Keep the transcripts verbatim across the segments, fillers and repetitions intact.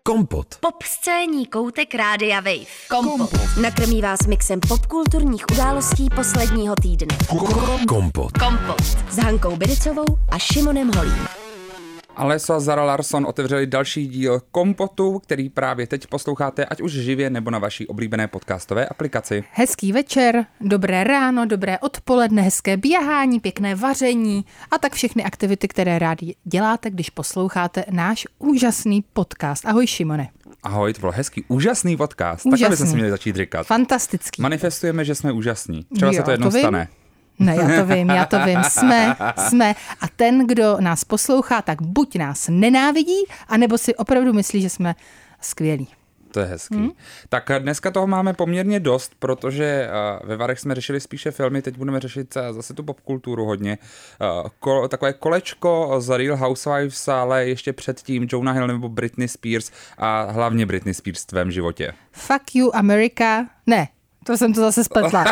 Kompot. Popscénní koutek Rádia Wave. Kompot. Nakrmí vás mixem popkulturních událostí posledního týdne. Kompot. Kompot. S Hankou Biricovou a Šimonem Holím. Aleso a Zara Larsson otevřeli další díl Kompotu, který právě teď posloucháte, ať už živě nebo na vaší oblíbené podcastové aplikaci. Hezký večer, dobré ráno, dobré odpoledne, hezké běhání, pěkné vaření a tak všechny aktivity, které rádi děláte, když posloucháte náš úžasný podcast. Ahoj, Šimone. Ahoj, to byl hezký, úžasný podcast. Úžasný. Takhle bychom si měli začít říkat. Fantastický. Manifestujeme, že jsme úžasní. Třeba Jo, se to jednou to vím. stane. Ne, já to vím, já to vím. Jsme, jsme. A ten, kdo nás poslouchá, tak buď nás nenávidí, anebo si opravdu myslí, že jsme skvělí. To je hezký. Hmm. Tak dneska toho máme poměrně dost, protože uh, ve Varech jsme řešili spíše filmy, teď budeme řešit uh, zase tu popkulturu hodně. Uh, ko, takové kolečko z Real Housewives, ale ještě předtím Jonah Hill nebo Britney Spears a hlavně Britney Spears v tvém životě. Fuck you, America. Ne, to jsem to zase spletla.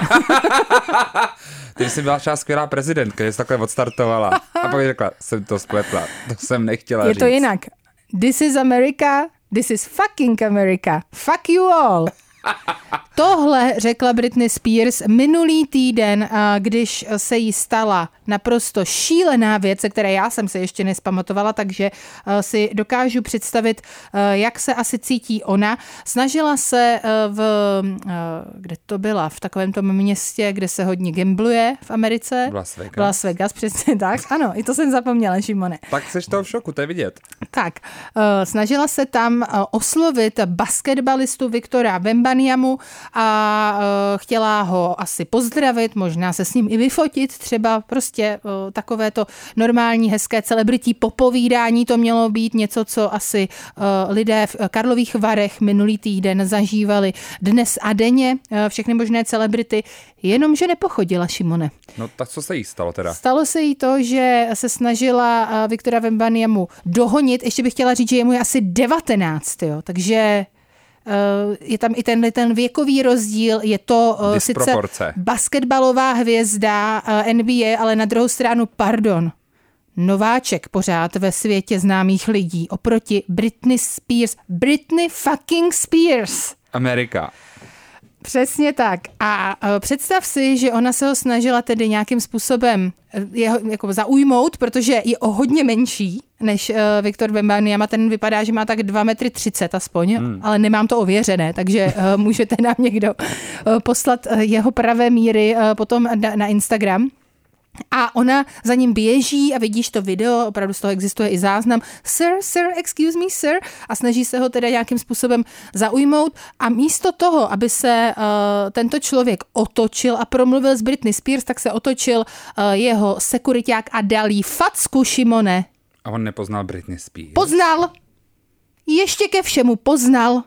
Ty jsi byla třeba skvělá prezidentka, že jsi takhle odstartovala. A pak řekla, jsem to spletla, to jsem nechtěla Je říct. to jinak. This is America, this is fucking America. Fuck you all. Tohle řekla Britney Spears minulý týden, když se jí stala naprosto šílená věc, se které já jsem se ještě nespamatovala, takže si dokážu představit, jak se asi cítí ona. Snažila se v, kde to byla, v takovém tom městě, kde se hodně gambluje v Americe. V Las Vegas. V Las Vegas, přesně tak. Ano, i to jsem zapomněla, Šimone. Tak seš toho v šoku, to je vidět. Tak, snažila se tam oslovit basketbalistu Viktora Wembanyamu a chtěla ho asi pozdravit, možná se s ním i vyfotit, třeba prostě takové to normální, hezké celebrití popovídání, to mělo být něco, co asi lidé v Karlových Varech minulý týden zažívali dnes a denně, všechny možné celebrity, jenomže nepochodila, Šimone. No tak co se jí stalo teda? Stalo se jí to, že se snažila Viktora Wembanyamu dohonit, ještě bych chtěla říct, že je mu asi devatenáct, jo, takže je tam i ten, ten věkový rozdíl, je to sice basketbalová hvězda N B A, ale na druhou stranu, pardon, nováček pořád ve světě známých lidí oproti Britney Spears. Britney fucking Spears. Amerika. Přesně tak. A představ si, že ona se ho snažila tedy nějakým způsobem jeho, jako zaujmout, protože je o hodně menší než uh, Viktor Wembanyama. Ten vypadá, že má tak dva metry třicet aspoň, hmm. ale nemám to ověřené, takže uh, můžete nám někdo uh, poslat uh, jeho pravé míry uh, potom na, na Instagram. A ona za ním běží a vidíš to video, opravdu z toho existuje i záznam. Sir, sir, excuse me, sir. A snaží se ho teda nějakým způsobem zaujmout. A místo toho, aby se uh, tento člověk otočil a promluvil s Britney Spears, tak se otočil uh, jeho sekuriťák a dal jí facku, Šimone. A on nepoznal Britney Spears? Poznal. Ještě ke všemu poznal.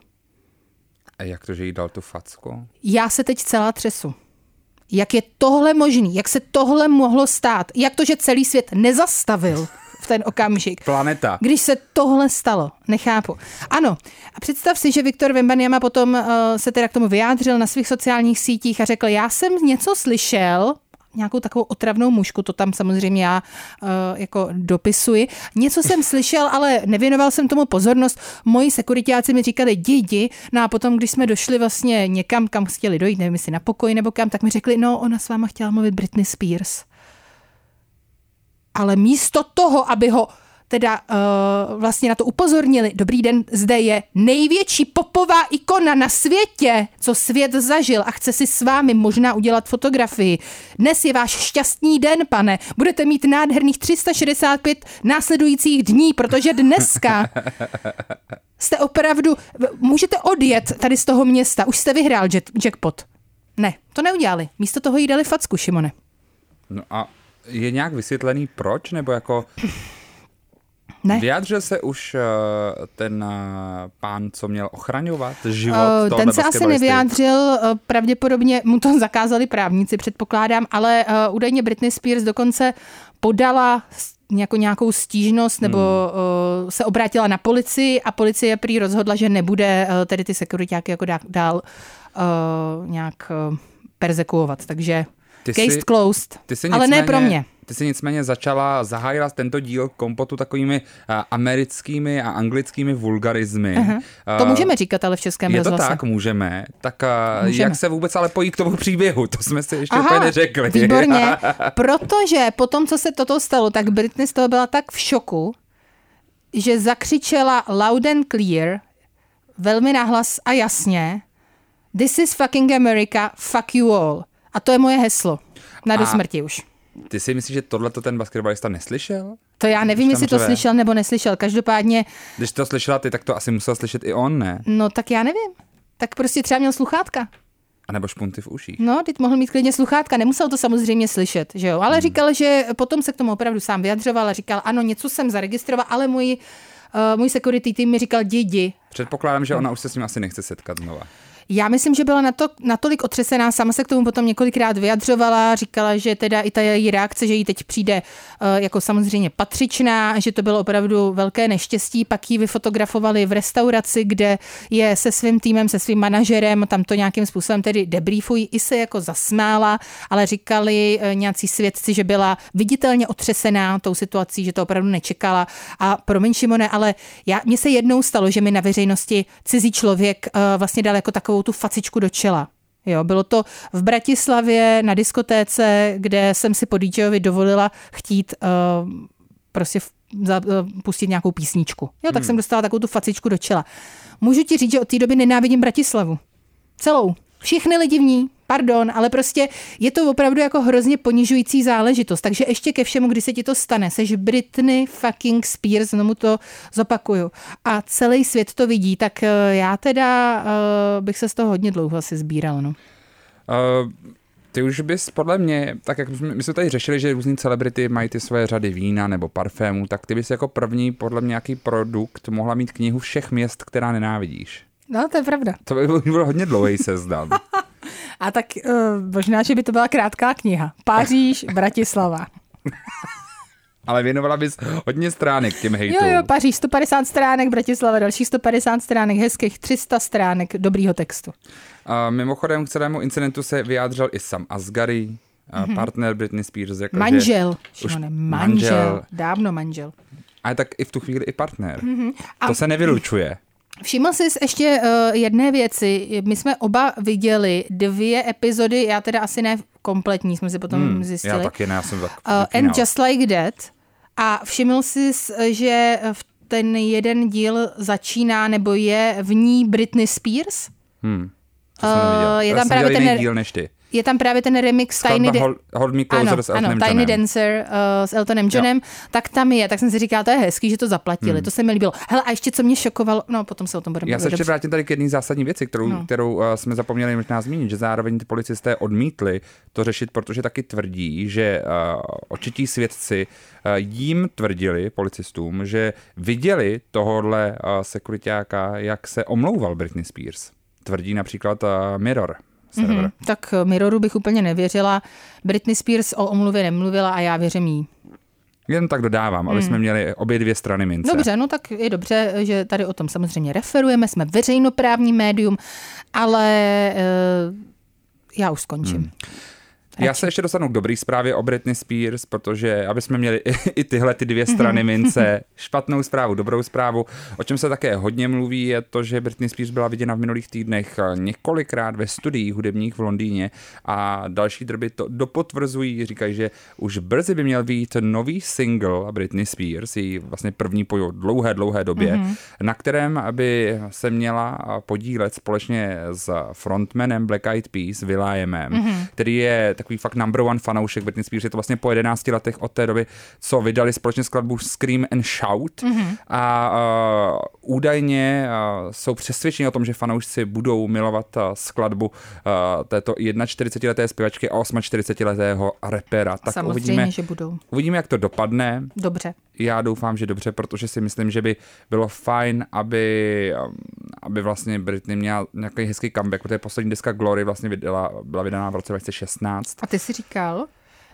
A jak to, že jí dal tu facku? Já se teď celá třesu. Jak je tohle možný? Jak se tohle mohlo stát? Jak to, že celý svět nezastavil v ten okamžik? Planeta. Když se tohle stalo, nechápu. Ano, a představ si, že Viktor Wembanyama potom uh, se teda k tomu vyjádřil na svých sociálních sítích a řekl, já jsem něco slyšel, nějakou takovou otravnou mušku, to tam samozřejmě já uh, jako dopisuji. Něco jsem slyšel, ale nevěnoval jsem tomu pozornost. Moji sekuritáci mi říkali, jdi, jdi. No a potom, když jsme došli vlastně někam, kam chtěli dojít, nevím, jestli na pokoj nebo kam, tak mi řekli, no, ona s váma chtěla mluvit Britney Spears. Ale místo toho, aby ho teda uh, vlastně na to upozornili, dobrý den, zde je největší popová ikona na světě, co svět zažil a chce si s vámi možná udělat fotografii. Dnes je váš šťastný den, pane. Budete mít nádherných tři sta šedesát pět následujících dní, protože dneska jste opravdu, můžete odjet tady z toho města, už jste vyhrál jet, jackpot. Ne, to neudělali. Místo toho jí dali facku, Šimone. No a je nějak vysvětlený proč, nebo jako... Ne. Vyjádřil se už uh, ten uh, pán, co měl ochraňovat život uh, tohoto Ten se asi nevyjádřil, uh, pravděpodobně mu to zakázali právníci, předpokládám, ale uh, údajně Britney Spears dokonce podala jako nějakou stížnost nebo hmm. uh, se obrátila na policii a policie prý rozhodla, že nebude uh, tedy ty sekuriťáky jako dál, dál uh, nějak uh, perzekuovat, takže ty case jsi, closed, ty jsi ale nicméně, ne pro mě. Ty jsi nicméně začala, zahájila tento díl Kompotu takovými uh, americkými a anglickými vulgarizmy. Uh-huh. To uh, můžeme říkat, ale v českém je rozhlase. Je to tak, můžeme. Tak uh, můžeme. Jak se vůbec ale pojí k tomu příběhu? To jsme si ještě Aha, úplně neřekli. Výborně, protože po tom, co se toto stalo, tak Britney z toho byla tak v šoku, že zakřičela loud and clear, velmi nahlas a jasně, "This is fucking America, fuck you all." A to je moje heslo. Na do smrti už. Ty si myslíš, že tohleto ten basketbalista neslyšel? To já nevím, jestli to slyšel nebo neslyšel. Každopádně... Když to slyšela ty, tak to asi musel slyšet i on, ne? No tak já nevím. Tak prostě třeba měl sluchátka. A nebo špunty v uších. No, teď mohl mít klidně sluchátka, nemusel to samozřejmě slyšet, že jo. Ale hmm. říkal, že potom se k tomu opravdu sám vyjadřoval a říkal, ano, něco jsem zaregistroval, ale můj, uh, můj security tým mi říkal, jdi, jdi. Předpokládám, že ona už se s ním asi nechce setkat znova. Já myslím, že byla nato, natolik otřesená, sama se k tomu potom několikrát vyjadřovala, říkala, že teda i ta její reakce, že jí teď přijde uh, jako samozřejmě patřičná, že to bylo opravdu velké neštěstí, pak ji vyfotografovali v restauraci, kde je se svým týmem, se svým manažerem, tam to nějakým způsobem tedy debriefují, i se jako zasmála, ale říkali uh, nějací svědci, že byla viditelně otřesená tou situací, že to opravdu nečekala. A promiň, Šimone, ale já, mně se jednou stalo, že mi na veřejnosti cizí člověk uh, vlastně dal jako takovou tu facičku do čela. Jo, bylo to v Bratislavě na diskotéce, kde jsem si po DJovi dovolila chtít uh, prostě v, za, uh, pustit nějakou písničku. Jo, tak hmm. jsem dostala takovou tu facičku do čela. Můžu ti říct, že od té doby nenávidím Bratislavu. Celou. Všichni lidi v ní, pardon, ale prostě je to opravdu jako hrozně ponižující záležitost. Takže ještě ke všemu, kdy se ti to stane, seš Britney fucking Spears, znovu to zopakuju. A celý svět to vidí, tak já teda uh, bych se z toho hodně dlouho asi sbíral, no. Uh... Ty už bys podle mě, tak jak my jsme tady řešili, že různý celebrity mají ty své řady vína nebo parfémů, tak ty bys jako první podle mě nějaký produkt mohla mít knihu všech měst, která nenávidíš. No, to je pravda. To by byl hodně dlouhý seznam. A tak uh, možná, že by to byla krátká kniha. Paříž, Bratislava. Ale věnovala bys hodně stránek těm hejtům. Jo, jo, Paříž sto padesát stránek, Bratislava dalších sto padesát stránek, hezkých tři sta stránek dobrýho textu. A mimochodem k celému incidentu se vyjádřil i Sam Asghari, mm-hmm. partner Britney Spears. Jako manžel. Už manžel. manžel. Dávno manžel. Ale tak i v tu chvíli i partner. Mm-hmm. To se nevylučuje. Všiml jsi ještě uh, jedné věci. My jsme oba viděli dvě epizody, já teda asi ne kompletní, jsme si potom hmm, zjistili. Já taky ne, já jsem tak uh, And Just Like That. A všiml jsi, že v ten jeden díl začíná, nebo je v ní Britney Spears? Hmm, to jsem neviděl. Uh, je já tam jsem právě ten díl než ty. Je tam právě ten remix Tiny da- Hold, Hold Me Closer ano, s Eltonem ano, Johnem. Tiny Dancer uh, s Eltonem Johnem, jo. Tak tam je, tak jsem si říkala, to je hezký, že to zaplatili, hmm. to se mi líbilo. Hele, a ještě co mě šokovalo, no potom se o tom budeme Já se ještě vrátím tady k jedné zásadní věci, kterou, no. kterou uh, jsme zapomněli možná zmínit, že zároveň ty policisté odmítli to řešit, protože taky tvrdí, že uh, očití svědci uh, jim tvrdili, policistům, že viděli tohohle uh, sekuritáka, jak se omlouval Britney Spears. Tvrdí například uh, Mirror. Mm-hmm. Tak Mirroru bych úplně nevěřila. Britney Spears o omluvě nemluvila a já věřím jí. Jen tak dodávám, aby mm. jsme měli obě dvě strany mince. Dobře, no tak je dobře, že tady o tom samozřejmě referujeme, jsme veřejnoprávní médium, ale uh, já už skončím. Mm. Já se ještě dostanu k dobrý zprávě o Britney Spears, protože aby jsme měli i, i tyhle ty dvě strany mince, špatnou zprávu, dobrou zprávu. O čem se také hodně mluví, je to, že Britney Spears byla viděna v minulých týdnech několikrát ve studiích hudebních v Londýně a další drby to dopotvrzují, říkají, že už brzy by měl být nový single Britney Spears, její vlastně první po dlouhé, dlouhé době, mm-hmm. na kterém by se měla podílet společně s frontmanem Black Eyed Peas, will.i.amem, mm-hmm. který je takový fakt number one fanoušek Britney Spears. Je to vlastně po jedenácti letech od té doby, co vydali společně skladbu Scream and Shout. Mm-hmm. A uh, údajně uh, jsou přesvědčeni o tom, že fanoušci budou milovat uh, skladbu uh, této čtyřicetijednoleté zpěvačky a čtyřicetiosmiletého rapera. Tak samozřejmě, uvidíme, že budou. Uvidíme, jak to dopadne. Dobře. Já doufám, že dobře, protože si myslím, že by bylo fajn, aby, aby vlastně Britney měla nějaký hezký comeback, protože poslední deska Glory vlastně vydala, byla vydaná v roce dva tisíce šestnáct. A ty jsi říkal,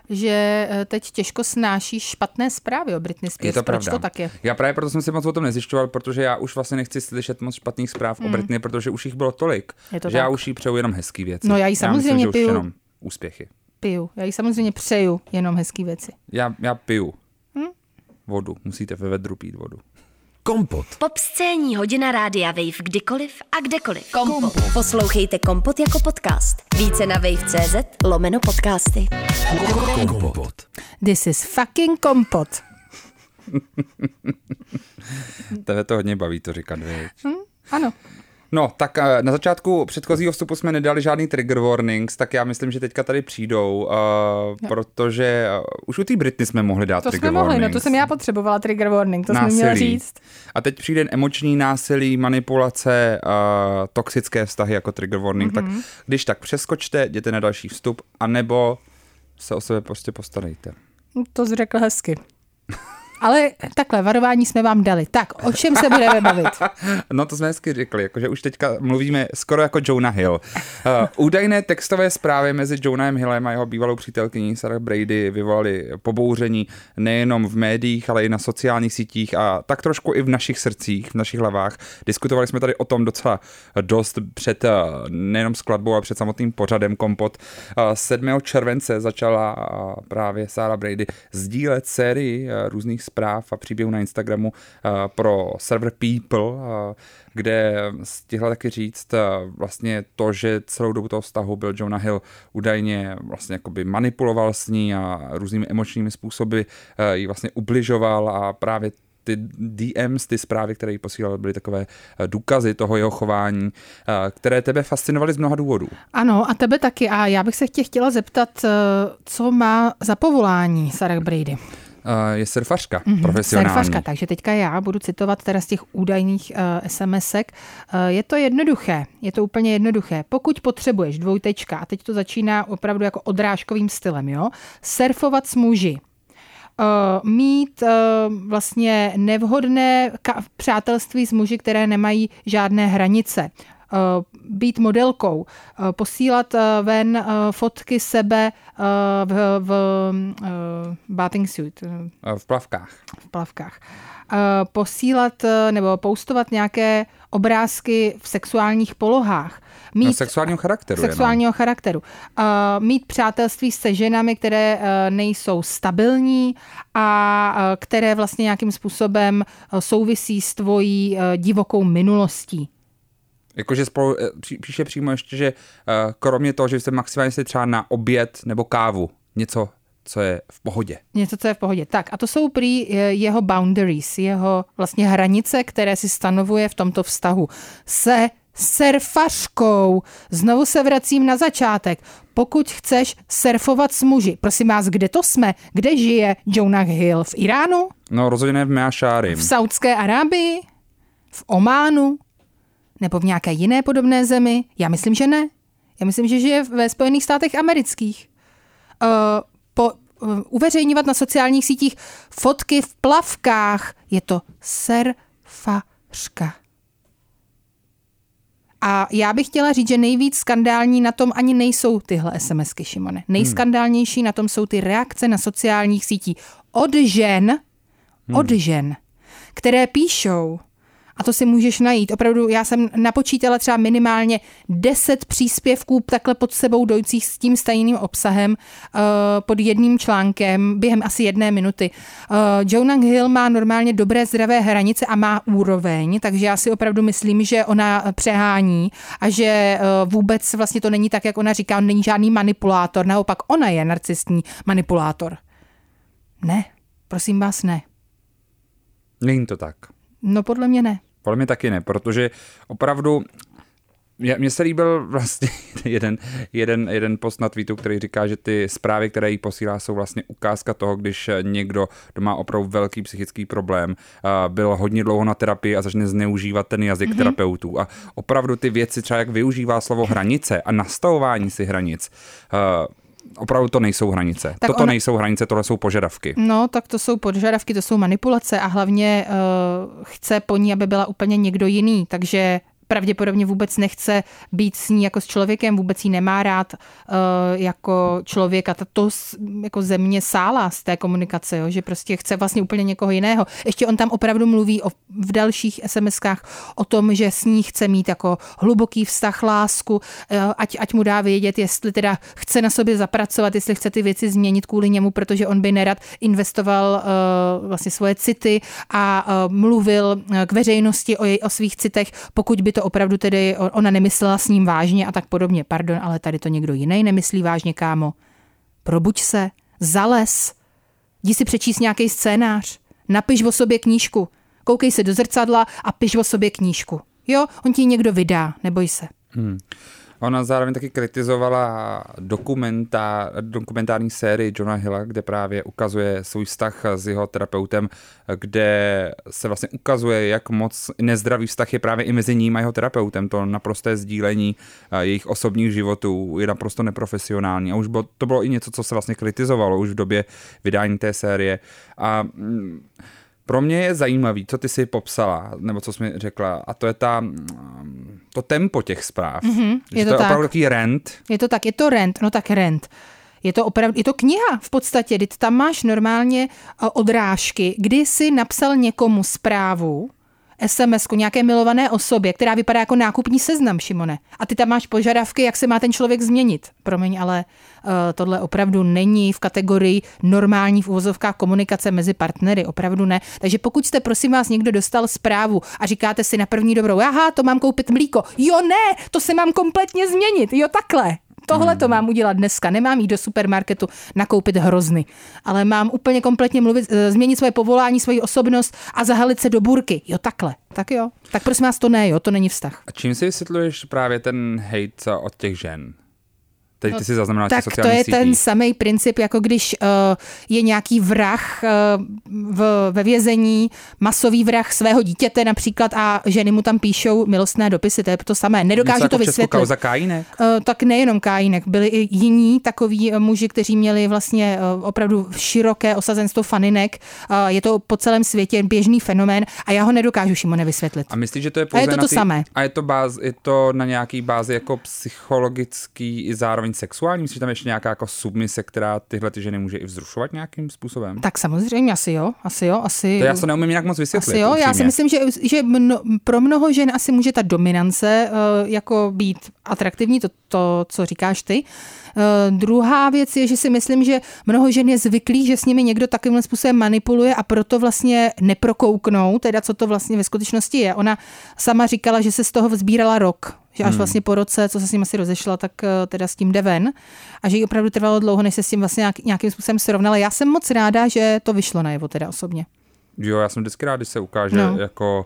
že teď těžko snášíš špatné zprávy o Britney Spears. Je to Proč pravda. to tak je? Já právě proto jsem si moc o tom nezjišťoval, protože já už vlastně nechci slyšet moc špatných zpráv mm. o Britney, protože už jich bylo tolik, že tak. Já už jí přeju jenom hezký věci. No já jí samozřejmě já myslím, že piju. už jenom úspěchy. Piju. Já jí samozřejmě přeju jenom hezký věci. Já, já piju. Hm? Vodu. Musíte ve vedru pít vodu. Kompot. Popscénní hodina Rádia Wave kdykoliv a kdekoliv. Kompot. Kompot. Poslouchejte Kompot jako podcast. Více na wave tečka cé zet lomeno podcasty. Kompot. This is fucking kompot. Tebe to hodně baví to říkat, věď? Hm? Ano. No, tak na začátku předchozího vstupu jsme nedali žádný trigger warnings, tak já myslím, že teďka tady přijdou, uh, protože uh, už u té Britney jsme mohli dát to trigger jsme mohli, warnings. No to jsem já potřebovala trigger warning, to násilí. Jsme měla říct. A teď přijde emoční násilí, manipulace, uh, toxické vztahy jako trigger warning, mm-hmm. tak když tak přeskočte, jděte na další vstup, anebo se o sebe prostě postarejte. To jsi řekl hezky. Ale takhle, varování jsme vám dali. Tak, o čem se budeme bavit? No to jsme hezky řekli, jakože už teďka mluvíme skoro jako Jonah Hill. Uh, údajné textové zprávy mezi Jonahem Hillem a jeho bývalou přítelkyní Sarah Brady vyvolaly pobouření nejenom v médiích, ale i na sociálních sítích a tak trošku i v našich srdcích, v našich hlavách. Diskutovali jsme tady o tom docela dost před uh, nejenom skladbou, ale před samotným pořadem Kompot. Uh, sedmého července začala uh, právě Sarah Brady sdílet sérii uh, různých zpráv a příběhů na Instagramu uh, pro server People, uh, kde stihla taky říct uh, vlastně to, že celou dobu toho vztahu byl Jonah Hill údajně vlastně jakoby manipuloval s ní a různými emočními způsoby uh, jí vlastně ubližoval a právě ty D Ms, ty zprávy, které jí posílal, byly takové důkazy toho jeho chování, které tebe fascinovaly z mnoha důvodů. Ano, a tebe taky. A já bych se tě chtěla zeptat, co má za povolání Sarah Brady? Je surfařka, mm-hmm, profesionální. Surfařka, takže teďka já budu citovat teda z těch údajných uh, SMSek. Uh, je to jednoduché, je to úplně jednoduché. Pokud potřebuješ dvojtečka, a teď to začíná opravdu jako odrážkovým stylem, jo, surfovat s muži, Uh, mít uh, vlastně nevhodné ka- přátelství s muži, které nemají žádné hranice, uh, být modelkou, uh, posílat uh, ven uh, fotky sebe uh, v, v uh, bathing suit. Uh, v plavkách. V plavkách. Uh, posílat uh, nebo postovat nějaké obrázky v sexuálních polohách. Mít no, sexuálního charakteru. Sexuálního jenom. charakteru. Uh, mít přátelství se ženami, které uh, nejsou stabilní a uh, které vlastně nějakým způsobem uh, souvisí s tvojí uh, divokou minulostí. Jakože spolu, píše přímo ještě, že uh, kromě toho, že jste maximálně si třeba na oběd nebo kávu, něco, co je v pohodě. Něco, co je v pohodě. Tak a to jsou prý jeho boundaries, jeho vlastně hranice, které si stanovuje v tomto vztahu se surfařkou. Znovu se vracím na začátek. Pokud chceš surfovat s muži, prosím vás, kde to jsme? Kde žije Jonah Hill? V Iránu? No rozhodně ne v Meašárim. V Saudské Arábii? V Ománu? Nebo v nějaké jiné podobné zemi? Já myslím, že ne. Já myslím, že žije ve Spojených státech amerických. Uh, po, uh, uveřejňovat na sociálních sítích fotky v plavkách. Je to surfařka. A já bych chtěla říct, že nejvíc skandální na tom ani nejsou tyhle SMSky, Šimone. Nejskandálnější na tom jsou ty reakce na sociálních sítích od žen, hmm. od žen, které píšou, a to si můžeš najít. Opravdu, já jsem napočítala třeba minimálně deset příspěvků takhle pod sebou jdoucích s tím stejným obsahem uh, pod jedním článkem během asi jedné minuty. Uh, Jonah Hill má normálně dobré zdravé hranice a má úroveň, takže já si opravdu myslím, že ona přehání a že uh, vůbec vlastně to není tak, jak ona říká, on není žádný manipulátor, naopak ona je narcistní manipulátor. Ne, prosím vás, ne. Není to tak. No podle mě ne. Podle mě taky ne, protože opravdu mně se líbil vlastně jeden, jeden, jeden post na tweetu, který říká, že ty zprávy, které jí posílá, jsou vlastně ukázka toho, když někdo, kdo má opravdu velký psychický problém, byl hodně dlouho na terapii a začne zneužívat ten jazyk mm-hmm. terapeutů. A opravdu ty věci, třeba jak využívá slovo hranice a nastavování si hranic, opravdu to nejsou hranice. Tak Toto on... nejsou hranice, tohle jsou požadavky. No, tak to jsou požadavky, to jsou manipulace a hlavně uh, chce po ní, aby byla úplně někdo jiný. Takže pravděpodobně vůbec nechce být s ní jako s člověkem, vůbec jí nemá rád uh, jako člověka. To jako země sála z té komunikace, jo? Že prostě chce vlastně úplně někoho jiného. Ještě on tam opravdu mluví o, v dalších es em eskách o tom, že s ní chce mít jako hluboký vztah, lásku, uh, ať, ať mu dá vědět, jestli teda chce na sobě zapracovat, jestli chce ty věci změnit kvůli němu, protože on by nerad investoval uh, vlastně svoje city a uh, mluvil k veřejnosti o, jej, o svých citech, pokud by to opravdu tedy ona nemyslela s ním vážně a tak podobně. Pardon, ale tady to někdo jiný nemyslí vážně, kámo. Probuď se, zales, jdi si přečíst nějaký scénář, napiš o sobě knížku, koukej se do zrcadla a piš o sobě knížku. Jo, on ti někdo vydá, neboj se. Hmm. Ona zároveň taky kritizovala dokumentár, dokumentární sérii Johna Hilla, kde právě ukazuje svůj vztah s jeho terapeutem, kde se vlastně ukazuje, jak moc nezdravý vztah je právě i mezi ním a jeho terapeutem. To naprosté sdílení jejich osobních životů je naprosto neprofesionální. A už bylo, to bylo i něco, co se vlastně kritizovalo už v době vydání té série. A pro mě je zajímavý, co ty si popsala, nebo co jsi mi řekla, a to je ta, to tempo těch zpráv. Mm-hmm, je to, to je opravdu takový rant. Je to tak, je to rant, no tak rant. Je to opravdu, je to kniha v podstatě, kdy tam máš normálně odrážky, kdy jsi napsal někomu zprávu, es em esku, nějaké milované osobě, která vypadá jako nákupní seznam, Šimone. A ty tam máš požadavky, jak se má ten člověk změnit. Promiň, ale uh, tohle opravdu není v kategorii normální v uvozovkách komunikace mezi partnery. Opravdu ne. Takže pokud jste, prosím vás, někdo dostal zprávu a říkáte si na první dobrou, aha, to mám koupit mlíko. Jo, ne, to se mám kompletně změnit. Jo, takhle. Tohle to mám udělat dneska. Nemám jít do supermarketu nakoupit hrozny, ale mám úplně kompletně mluvit, změnit svoje povolání, svoji osobnost a zahalit se do burky. Jo, takhle. Tak jo. Tak prosím vás, to ne, jo, to není vztah. A čím si vysvětluješ právě ten hate od těch žen? Teď ty si zaznamenala tak těch sociálních to je sítích. Ten samý princip, jako když uh, je nějaký vrah uh, v, ve vězení, masový vrah svého dítěte například a ženy mu tam píšou milostné dopisy, to je to samé. Nedokážu Něco to jako vysvětlit. Kauza Kajínek? Uh, tak nejenom Kajínek, byli i jiní takoví muži, kteří měli vlastně uh, opravdu široké osazenstvo faninek. Uh, je to po celém světě běžný fenomén a já ho nedokážu, Šimone, vysvětlit. A myslíš, že to je pouze a je to na to tý... samé. A je to, báz, je to na nějaký bázi jako psychologický i zároveň sexuální? Myslíš, že tam ještě nějaká jako submise, která tyhle ty ženy může i vzrušovat nějakým způsobem? Tak samozřejmě, asi jo, asi jo, asi. To já se neumím nějak moc vysvětlit. Asi jo, upřímně. Já si myslím, že, že mno, pro mnoho žen asi může ta dominance uh, jako být atraktivní, to, to co říkáš ty. Uh, druhá věc je, že si myslím, že mnoho žen je zvyklý, že s nimi někdo takovým způsobem manipuluje a proto vlastně neprokouknou, teda co to vlastně ve skutečnosti je. Ona sama říkala, že se z toho vzbírala rok, že až hmm. vlastně po roce, co se s ním asi rozešla, tak uh, teda s tím jde ven a že jí opravdu trvalo dlouho, než se s tím vlastně nějak, nějakým způsobem srovnala. Já jsem moc ráda, že to vyšlo najevo teda osobně. Jo, já jsem vždycky rád, když se ukáže no. jako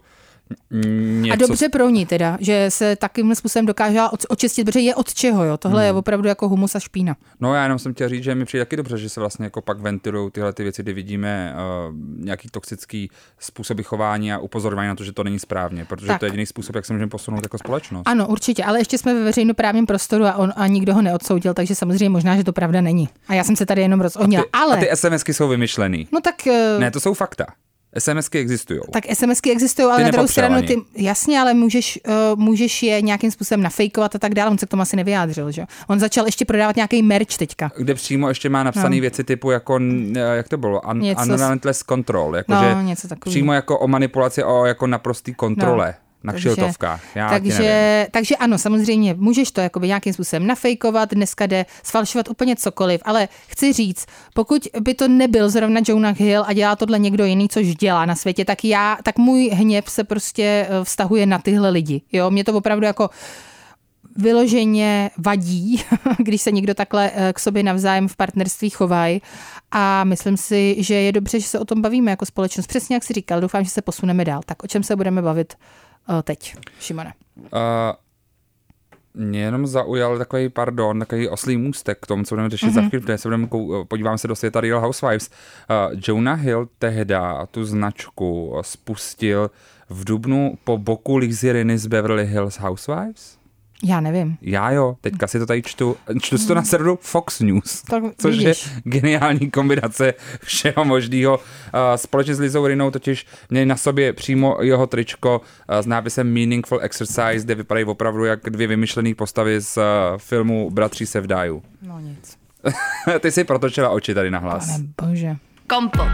něco. A dobře pro ní teda, že se takovým způsobem dokážela očistit, protože je od čeho, jo. Tohle hmm. je opravdu jako humus a špína. No já jenom jsem chtěl říct, že mi přijde taky dobře, že se vlastně jako pak ventilují tyhle ty věci, kdy vidíme uh, nějaký toxický způsoby chování a upozorňování na to, že to není správně, protože tak. to je jediný způsob, jak se můžeme posunout jako společnost. Ano, určitě, ale ještě jsme ve veřejnoprávním prostoru a on a nikdo ho neodsoudil, takže samozřejmě možná, že to pravda není. A já jsem se tady jenom rozohnila, ale a ty SMSky jsou vymyšlený. No tak uh... ne, to jsou fakta. SMSky existují. Tak SMSky existují, ale na druhou stranu ty, jasně, ale můžeš, uh, můžeš je nějakým způsobem nafejkovat a tak dále. On se k tomu asi nevyjádřil, že? On začal ještě prodávat nějaký merch teďka. Kde přímo ještě má napsané no. věci typu jako, jak to bylo, Un, unrelentless control, jako no, že něco přímo jako o manipulaci, o jako naprostý kontrole. No. Na kšiltovkách. Já takže, takže ano, samozřejmě můžeš to jakoby nějakým způsobem nafejkovat, dneska jde sfalšovat úplně cokoliv, ale chci říct, pokud by to nebyl zrovna Jonah Hill a dělá tohle někdo jiný, což dělá na světě, tak já, tak můj hněv se prostě vztahuje na tyhle lidi. Jo, mě to opravdu jako vyloženě vadí, když se někdo takhle k sobě navzájem v partnerství chovají a myslím si, že je dobře, že se o tom bavíme jako společnost. Přesně jak jsi říkal, doufám, že se posuneme dál. Tak o čem se budeme bavit teď, Šimone? Uh, mě jenom zaujal takový, pardon, takový oslý můstek k tomu, co budeme řešit mm-hmm. za chvíli, protože se budeme, podíváme se do světa Real Housewives. Uh, Jonah Hill tehda tu značku spustil v dubnu po boku Lizzy Rinny z Beverly Hills Housewives. Já nevím. Já jo, teďka si to tady čtu, čtu si to na serveru Fox News, tak což vidíš. je geniální kombinace všeho možného. Společně s Lizou Rinou totiž měli na sobě přímo jeho tričko s nápisem Meaningful Exercise, kde vypadají opravdu jak dvě vymyšlené postavy z filmu Bratří se vdají. No nic. Ty si protočila oči tady na hlas. Pane bože. Kompot.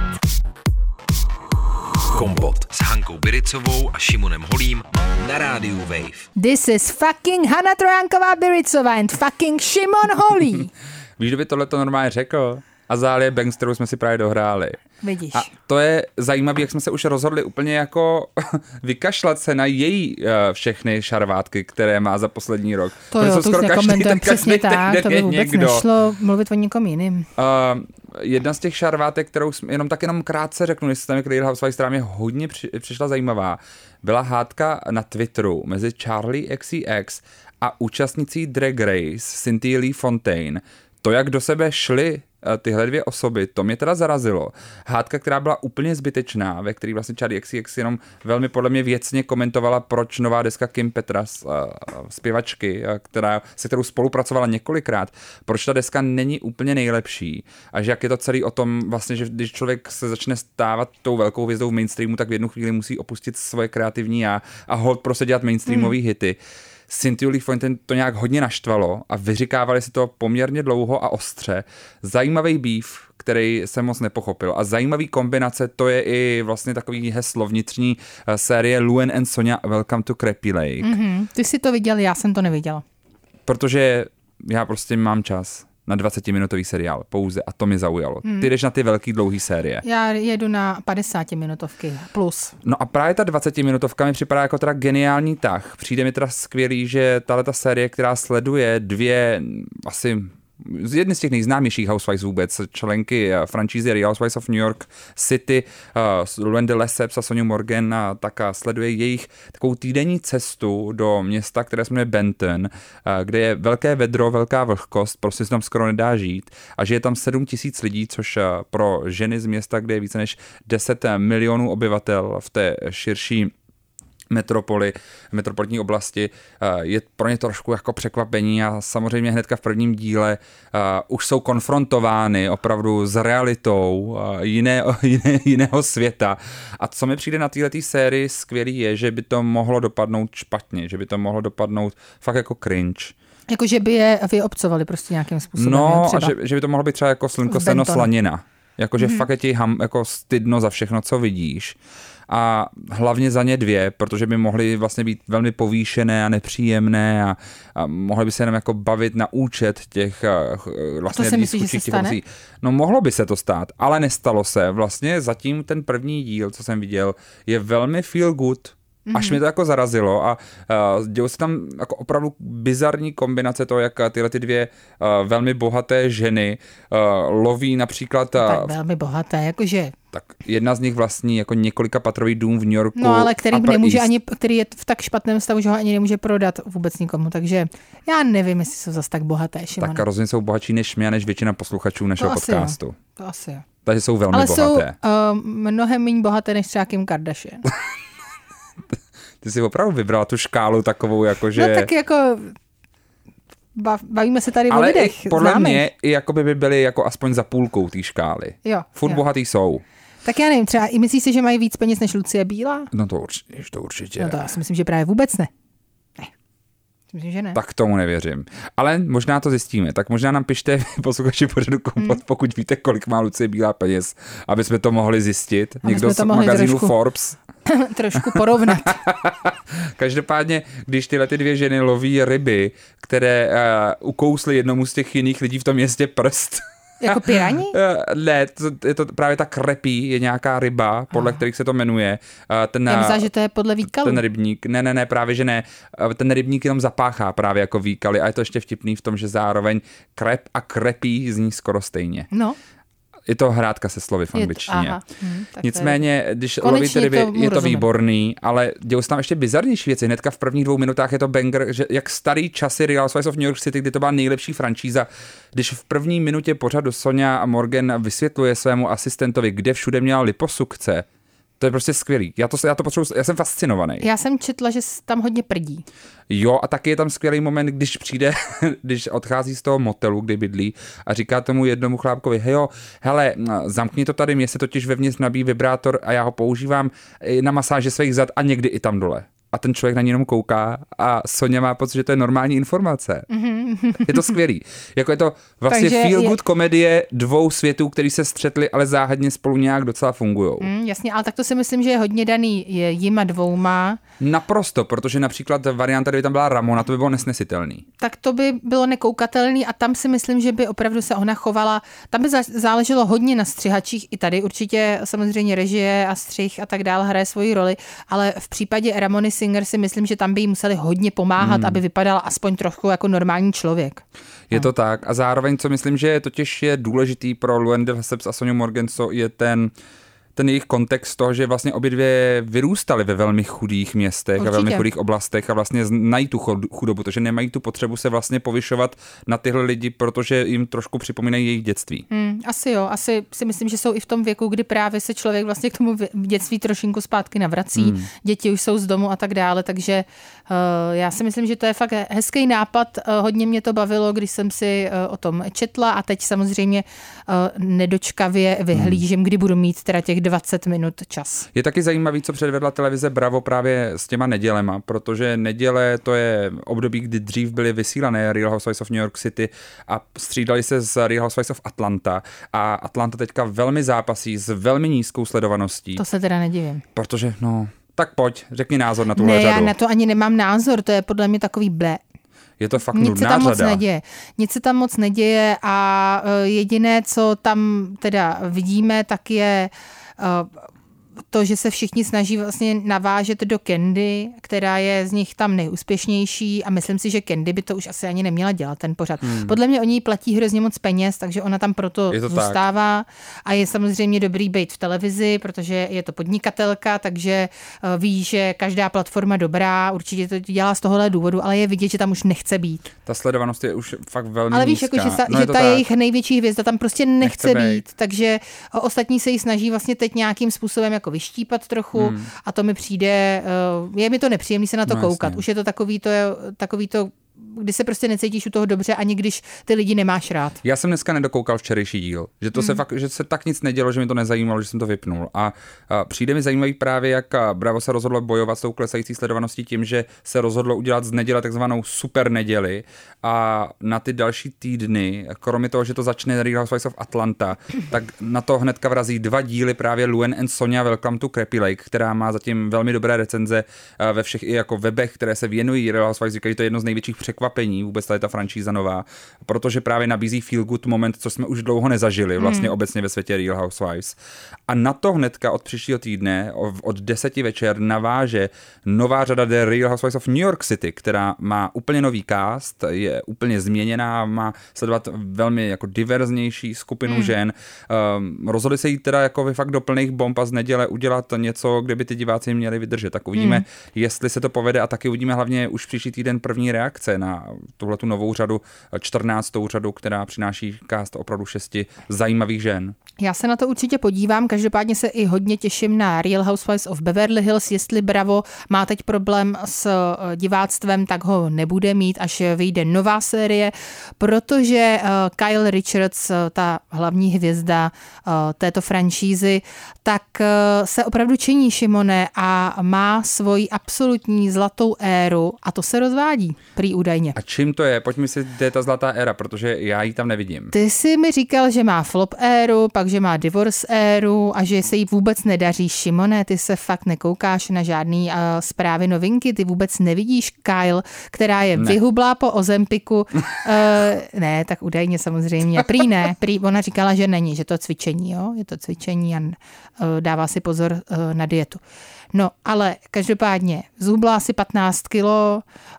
Kompot s Hankou Biricovou a Šimonem Holím na rádiu Wave. This is fucking Hana Trojanková Biricová and fucking Šimon Holý. Víš, kdo by tohle to normálně řekl? Azálie Banks, kterou jsme si právě dohráli. Vidíš. A to je zajímavé, jak jsme se už rozhodli úplně jako vykašlat se na její uh, všechny šarvátky, které má za poslední rok. To Protože jo, jsou to už skoro každý- nekomentujeme každý přesně tak, týden to by je vůbec někdo. nešlo mluvit o nikom jiným. Uh, jedna z těch šarvátek, kterou jsme, jenom tak jenom krátce řeknu, jestli tam je Real Housewives, která mě hodně při, přišla zajímavá, byla hádka na Twitteru mezi Charlie X C X a účastnicí Drag Race Cynthia Lee Fontaine. To, jak do sebe šly tyhle dvě osoby, to mě teda zarazilo. Hádka, která byla úplně zbytečná, ve který vlastně Charlie X C X jenom velmi podle mě věcně komentovala, proč nová deska Kim Petras, zpěvačky, která, se kterou spolupracovala několikrát, proč ta deska není úplně nejlepší a že jak je to celý o tom vlastně, že když člověk se začne stávat tou velkou hvězdou v mainstreamu, tak v jednu chvíli musí opustit svoje kreativní já a hold prostě dělat mainstreamové hmm. hity. Cynthia Lee Fontaine to nějak hodně naštvalo a vyříkávali si to poměrně dlouho a ostře. Zajímavý beef, který jsem moc nepochopil. A zajímavý kombinace, to je i vlastně takový heslo vnitřní série Luan and Sonia Welcome to Crappy Lake. Mm-hmm. Ty jsi to viděl, já jsem to neviděla. Protože já prostě mám čas na dvacetiminutový seriál pouze a to mi zaujalo. Hmm. Ty jdeš na ty velký dlouhý série. Já jedu na padesátiminutovky plus. No a právě ta dvacetiminutovka mi připadá jako teda geniální tah. Přijde mi teda skvělý, že tahleta série, která sleduje dvě asi z jedny z těch nejznámějších Housewives vůbec, členky franšízy Real Housewives of New York City, uh, Luann Lesseps a Sonju Morgan, a tak a sleduje jejich takovou týdenní cestu do města, které se jmenuje Benton, uh, kde je velké vedro, velká vlhkost, prostě se tam skoro nedá žít a že je tam sedm tisíc lidí, což uh, pro ženy z města, kde je více než deset milionů obyvatel v té širší metropoli, metropolitní oblasti, je pro ně trošku jako překvapení a samozřejmě hnedka v prvním díle uh, už jsou konfrontovány opravdu s realitou uh, jiné, jiné, jiného světa. A co mi přijde na této sérii skvělý je, že by to mohlo dopadnout špatně, že by to mohlo dopadnout fakt jako cringe. Jako, že by je vyobcovali prostě nějakým způsobem. No a že, že by to mohlo být třeba jako slnko, seno, slanina. Jakože hmm. fakt je ti ham, jako stydno za všechno, co vidíš. A hlavně za ně dvě, protože by mohly vlastně být velmi povýšené a nepříjemné a, a mohly by se jenom jako bavit na účet těch vlastně to si myslíš, že se stane? Těch no mohlo by se to stát, ale nestalo se. Vlastně zatím ten první díl, co jsem viděl, je velmi feel good. Mm-hmm. Až mě to jako zarazilo a uh, dělo se tam jako opravdu bizarní kombinace toho, jak tyhle ty dvě uh, velmi bohaté ženy uh, loví například... Uh, tak velmi bohaté, jakože... Tak jedna z nich vlastní jako několika patrový dům v New Yorku. No ale který nemůže ani, který je v tak špatném stavu, že ho ani nemůže prodat vůbec nikomu, takže já nevím, jestli jsou zase tak bohaté, Šimone. Tak rozhodně jsou bohatší než mě a než většina posluchačů našeho to podcastu. Jo. To asi jo. Takže jsou velmi ale bohaté. Ale jsou uh, mnohem méně bohaté než třeba Kim Kardashian. Ty jsi opravdu vybrala tu škálu takovou, jakože... No tak jako... Bavíme se tady ale o lidech. Ale podle známých. mě i jakoby by byly jako aspoň za půlkou té škály. Jo. Furt jo. bohatý jsou. Tak já nevím, třeba i myslíš si, že mají víc peněz než Lucie Bílá? No to určitě. To určitě. No to já si myslím, že právě vůbec ne. Ne. Myslím, že ne. Tak tomu nevěřím. Ale možná to zjistíme. Tak možná nám pište posluchači pořadu Kompot, hmm. pokud víte, kolik má Lucie Bílá peněz, aby jsme to mohli zjistit. Aby někdo z magazínu trošku, Forbes. trošku porovnat. Každopádně, když tyhle ty dvě ženy loví ryby, které uh, ukously jednomu z těch jiných lidí v tom městě prst. Jako pirani? Ne, to, je to právě ta krepí, je nějaká ryba, podle Aha. kterých se to jmenuje. Ten, Já myslím, že to je podle výkalu. Ten rybník, ne, ne, ne, právě že ne. Ten rybník jenom zapáchá právě jako výkaly a je to ještě vtipný v tom, že zároveň krep a krepí zní skoro stejně. No. Je to hrádka se slovy v angličtině. Hmm, Nicméně, když lovíte ryby, je to rozumím. výborný, ale dělou se tam ještě bizarnější věci. Hnedka v prvních dvou minutách je to banger, že jak starý časy Real Housewives of New York City, kdy to byla nejlepší franšíza, když v první minutě pořadu Sonja a Morgan vysvětluje svému asistentovi, kde všude měla liposukce, To je prostě skvělý. Já to, já to potřebuji, já jsem fascinovaný. Já jsem četla, že tam hodně prdí. Jo, a taky je tam skvělý moment, když přijde, když odchází z toho motelu, kde bydlí a říká tomu jednomu chlápkovi, hejo, hele, zamkni to tady, mě se totiž vevnitř nabíjí vibrátor a já ho používám na masáže svých zad a někdy i tam dole. A ten člověk na ní jenom kouká a Sonja má pocit, že to je normální informace. Mm-hmm. Je to skvělý. Jako je to vlastně feel good je... komedie dvou světů, který se střetli, ale záhadně spolu nějak docela fungujou. Mm, jasně, ale tak to si myslím, že je hodně daný je jima dvouma. Naprosto, protože například varianta, kdyby tam byla Ramona, to by bylo nesnesitelný. Tak to by bylo nekoukatelný a tam si myslím, že by opravdu se ona chovala, tam by záleželo hodně na střihačích, i tady určitě samozřejmě režie a střih a tak dále hraje svoji roli, ale v případě Ramony Singer si myslím, že tam by jí museli hodně pomáhat, hmm. aby vypadala aspoň trochu jako normální člověk. Je to tak a zároveň, co myslím, že totiž je důležitý pro Llewellyn de Lesseps a Sonju Morgenstern, je ten ten jejich kontext toho, že vlastně obě dvě vyrůstaly ve velmi chudých městech Určitě. a velmi chudých oblastech a vlastně znají tu chudobu, protože nemají tu potřebu se vlastně povyšovat na tyhle lidi, protože jim trošku připomínají jejich dětství. Hmm, asi jo, asi si myslím, že jsou i v tom věku, kdy právě se člověk vlastně k tomu dětství trošinku zpátky navrací, hmm. děti už jsou z domu a tak dále, takže uh, já si myslím, že to je fakt hezký nápad, uh, hodně mě to bavilo, když jsem si uh, o tom četla a teď samozřejmě uh, nedočkavě vyhlížím, hmm. kdy budu mít teda těch dvacet minut čas. Je taky zajímavý, co předvedla televize Bravo právě s těma nedělema, protože neděle to je období, kdy dřív byly vysílané Real Housewives of New York City a střídali se z Real Housewives of Atlanta a Atlanta teďka velmi zápasí s velmi nízkou sledovaností. To se teda nedivím. Protože, no, tak pojď, řekni názor na tuhle ne, řadu. Ne, já na to ani nemám názor, to je podle mě takový blé. Je to fakt Nic nudná se tam řada. moc neděje. Nic se tam moc neděje a jediné, co tam teda vidíme, tak je to, že se všichni snaží vlastně navážet do Candy, která je z nich tam nejúspěšnější a myslím si, že Candy by to už asi ani neměla dělat, ten pořad. Hmm. Podle mě oni platí hrozně moc peněz, takže ona tam proto to zůstává tak. A je samozřejmě dobrý být v televizi, protože je to podnikatelka, takže ví, že každá platforma dobrá, určitě to dělá z tohohle důvodu, ale je vidět, že tam už nechce být. Ta sledovanost je už fakt velmi ale víš, nízká. jako, že, sa, no že ta tak. jejich největší hvězda tam prostě nechce, nechce být, být, takže ostatní se jí snaží vlastně teď nějakým způsobem jako vyštípat trochu hmm. a to mi přijde, je mi to nepříjemný se na to no, koukat. Jasně. Už je to takový to, takový to, kdy se prostě necítíš u toho dobře, ani když ty lidi nemáš rád. Já jsem dneska nedokoukal včerejší díl, že to hmm. se fakt, že se tak nic nedělo, že mi to nezajímalo, že jsem to vypnul. A, a přijde mi zajímavý právě, jak Bravo se rozhodlo bojovat s tou klesající sledovaností tím, že se rozhodlo udělat z neděle takzvanou super neděli a na ty další týdny, kromě toho, že to začne Real Housewives of Atlanta, tak na to hnedka vrazí dva díly právě Llewellyn and Sonja Welcome to Crappy Lake, která má zatím velmi dobré recenze ve všech i jako webech, které se věnují Real Housewives, říkají, to je jedno z největších překvapení, vůbec tady ta franšíza nová, protože právě nabízí feel good moment, co jsme už dlouho nezažili vlastně hmm. obecně ve světě Real Housewives. A na to hnedka od příštího týdne od deseti večer naváže nová řada The Real Housewives of New York City, která má úplně nový cast, je úplně změněná, má sledovat velmi jako diverznější skupinu hmm. žen. Um, rozhodli se jí teda jako fakt do plných bomb a z neděle udělat něco, kde by ty diváci měli vydržet. Tak uvidíme, hmm. jestli se to povede a taky uvidíme hlavně už příští týden první reakce na tuhletu novou řadu, čtrnáctou řadu, která přináší cast opravdu šesti zajímavých žen. Já se na to určitě podívám, každopádně se i hodně těším na Real Housewives of Beverly Hills, jestli Bravo má teď problém s diváctvem, tak ho nebude mít, až vyjde nová série, protože Kyle Richards, ta hlavní hvězda této franšízy, tak se opravdu činí, Šimone, a má svoji absolutní zlatou éru a to se rozvádí, prý údajně. A čím to je? Pojďme si, kde je ta zlatá éra, protože já ji tam nevidím. Ty jsi mi říkal, že má flop éru, pak že má divorce éru a že se jí vůbec nedaří. Šimone, ty se fakt nekoukáš na žádný uh, zprávy, novinky, ty vůbec nevidíš Kyle, která je ne. vyhublá po Ozempiku. Uh, ne, tak údajně samozřejmě. Prý ne, prý ona říkala, že není, že to cvičení, jo? Je to cvičení a uh, dává si pozor uh, na dietu. No, ale každopádně zhubla asi patnáct kilo,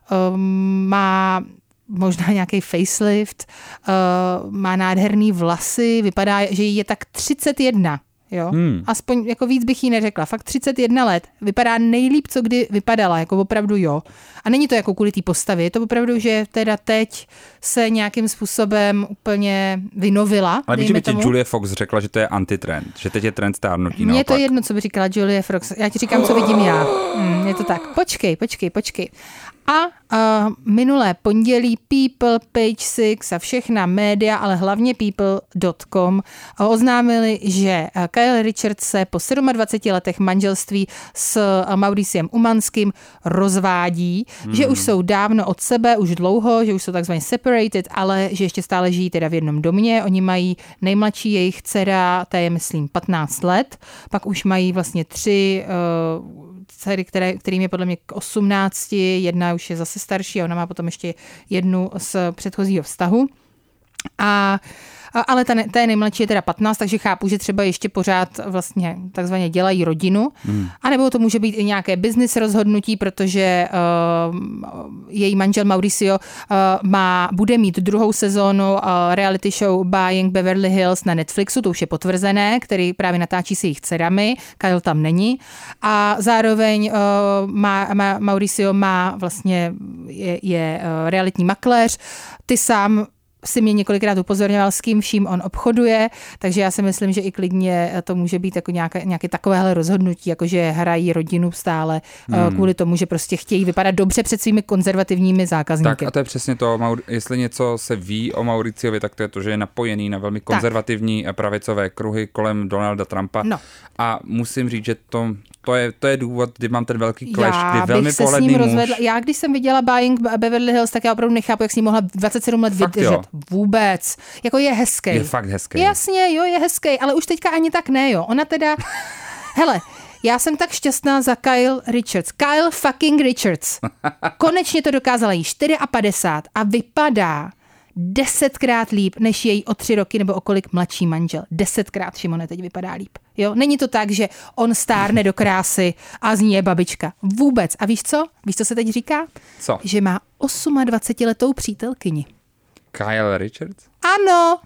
um, má možná nějaký facelift, uh, má nádherný vlasy, vypadá, že jí je tak třicet jedna. Jo? Hmm. Aspoň jako víc bych jí neřekla. Fakt třicet jedna let. Vypadá nejlíp, co kdy vypadala. Jako opravdu jo. A není to jako kvůli té postavě. Je to opravdu, že teda teď se nějakým způsobem úplně vynovila. Ale víš, že by ti Julia Fox řekla, že to je antitrend. Že teď je trend stárnutí. Mně je to jedno, co by říkala Julia Fox. Já ti říkám, co vidím já. Hmm, je to tak. Počkej, počkej, počkej. A uh, minulé pondělí People, Page Six a všechna média, ale hlavně People tečka com oznámili, že Kyle Richards se po dvaceti sedmi letech manželství s Mauriciem Umanským rozvádí, hmm. že už jsou dávno od sebe, už dlouho, že už jsou takzvaně separated, ale že ještě stále žijí teda v jednom domě. Oni mají nejmladší jejich dcera, ta je myslím patnáct let, pak už mají vlastně tři uh, dcery, které, kterým je podle mě k osmnácti, jedna už je zase starší a ona má potom ještě jednu z předchozího vztahu. A ale ta, ne, ta je nejmladší je teda patnáct, takže chápu, že třeba ještě pořád vlastně takzvaně dělají rodinu. Hmm. A nebo to může být i nějaké business rozhodnutí, protože uh, její manžel Mauricio uh, má, bude mít druhou sezónu uh, reality show Buying Beverly Hills na Netflixu, to už je potvrzené, který právě natáčí se jejich dcerami. Kyle tam není. A zároveň uh, má, má, Mauricio má vlastně, je, je uh, realitní makléř. Ty sám si mě několikrát upozorňoval, s kým vším on obchoduje, takže já si myslím, že i klidně to může být jako nějaké, nějaké takovéhle rozhodnutí, jakože hrají rodinu stále hmm. kvůli tomu, že prostě chtějí vypadat dobře před svými konzervativními zákazníky. Tak a to je přesně to, jestli něco se ví o Mauriciovi, tak to je to, že je napojený na velmi konzervativní tak. pravicové kruhy kolem Donalda Trumpa no. a musím říct, že to To je, to je důvod, kdy mám ten velký clash, kdy velmi pohledný muž. Rozvedla. Já když jsem viděla Buying Beverly Hills, tak já opravdu nechápu, jak s ní mohla dvacet sedm let fakt vydržet. Jo. Vůbec. Jako je hezký. Je fakt hezký. Jasně, jo, je hezký, ale už teďka ani tak ne, jo. Ona teda, hele, já jsem tak šťastná za Kyle Richards. Kyle fucking Richards. Konečně to dokázala jí padesát čtyři a vypadá desetkrát líp, než její o tři roky nebo o kolik mladší manžel. Desetkrát, Šimone, teď vypadá líp. Jo? Není to tak, že on stárne do krásy a z ní je babička. Vůbec. A víš co? Víš, co se teď říká? Co? Že má osmadvacetiletou přítelkyni. Kyle Richards? Ano.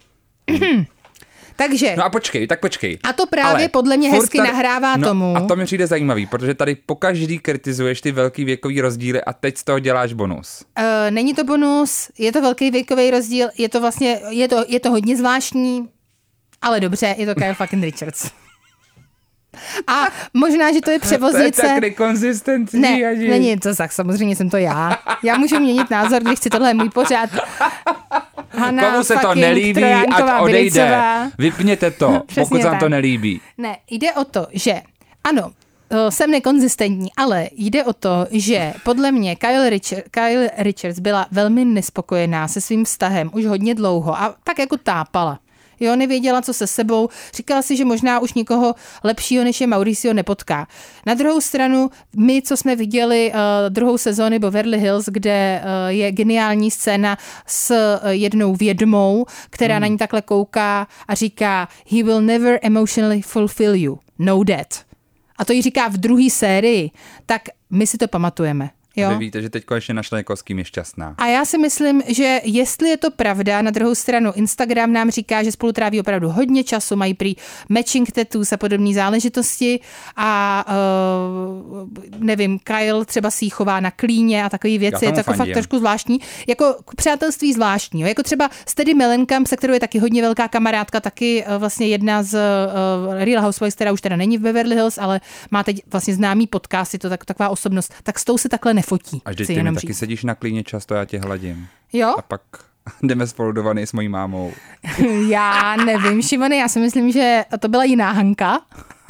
Takže. No a počkej, tak počkej. A to právě ale podle mě hezky tady nahrává no, tomu. A to mi přijde zajímavý, protože tady pokaždý kritizuješ ty velký věkový rozdíly a teď z toho děláš bonus. Uh, není to bonus, je to velký věkový rozdíl, je to vlastně, je to, je to hodně zvláštní, ale dobře, je to Kyle fucking Richards. A možná, že to je převoznice. To je tak nekonzistentní. Ne, není to tak, samozřejmě jsem to já. Já můžu měnit názor, když chci, tohle je můj pořád. Hana, komu se to nelíbí, ať odejde. Bricová. Vypněte to, pokud se vám to nelíbí. Ne, jde o to, že ano, jsem nekonzistentní, ale jde o to, že podle mě Kyle, Richard, Kyle Richards byla velmi nespokojená se svým vztahem už hodně dlouho a tak jako tápala. Jo, nevěděla, co se sebou. Říkala si, že možná už nikoho lepšího, než je Mauricio, nepotká. Na druhou stranu, my, co jsme viděli uh, druhou sezóny Beverly Hills, kde uh, je geniální scéna s uh, jednou vědmou, která hmm. na ní takhle kouká a říká he will never emotionally fulfill you. No that. A to jí říká v druhé sérii. Tak my si to pamatujeme. Jo? Vy víte, že teď konečně našla někoho, s kým je šťastná. A já si myslím, že jestli je to pravda, na druhou stranu Instagram nám říká, že spolu tráví opravdu hodně času, mají prý matching tattoos a podobné záležitosti a uh, nevím, Kyle třeba si jí chová na klíně a takové věci, je to jako fakt trošku zvláštní. Jako přátelství zvláštní, jo? Jako třeba s Teddy Mellencamp, se kterou je taky hodně velká kamarádka, taky uh, vlastně jedna z uh, Real Housewives, která už teda není v Beverly Hills, ale má teď vlastně známý podcast, je to tak, taková osobnost, tak s tou se takhle fotí. Až ty mi taky říct. Sedíš na klíně často, já tě hladím. Jo? A pak jdeme spolu do vany s mojí mámou. Já nevím, Šimone, já si myslím, že to byla jiná Hanka.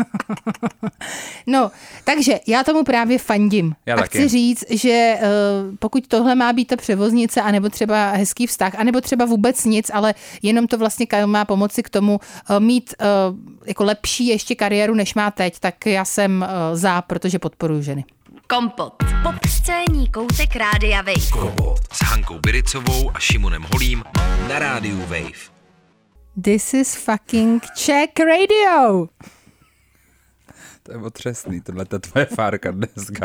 No, takže já tomu právě fandím. Já a taky. Chci říct, že uh, pokud tohle má být ta převoznice, anebo třeba hezký vztah, anebo třeba vůbec nic, ale jenom to vlastně Kyle má pomoci k tomu uh, mít uh, jako lepší ještě kariéru, než má teď, tak já jsem uh, za, protože podporuji ženy. Kompot. Popscénní koutek Rádia Wave. Kompot s Hankou Biricovou a Šimonem Holím na Rádiu Wave. This is fucking Czech radio. To je otřesný, tohle je tvoje fárka dneska.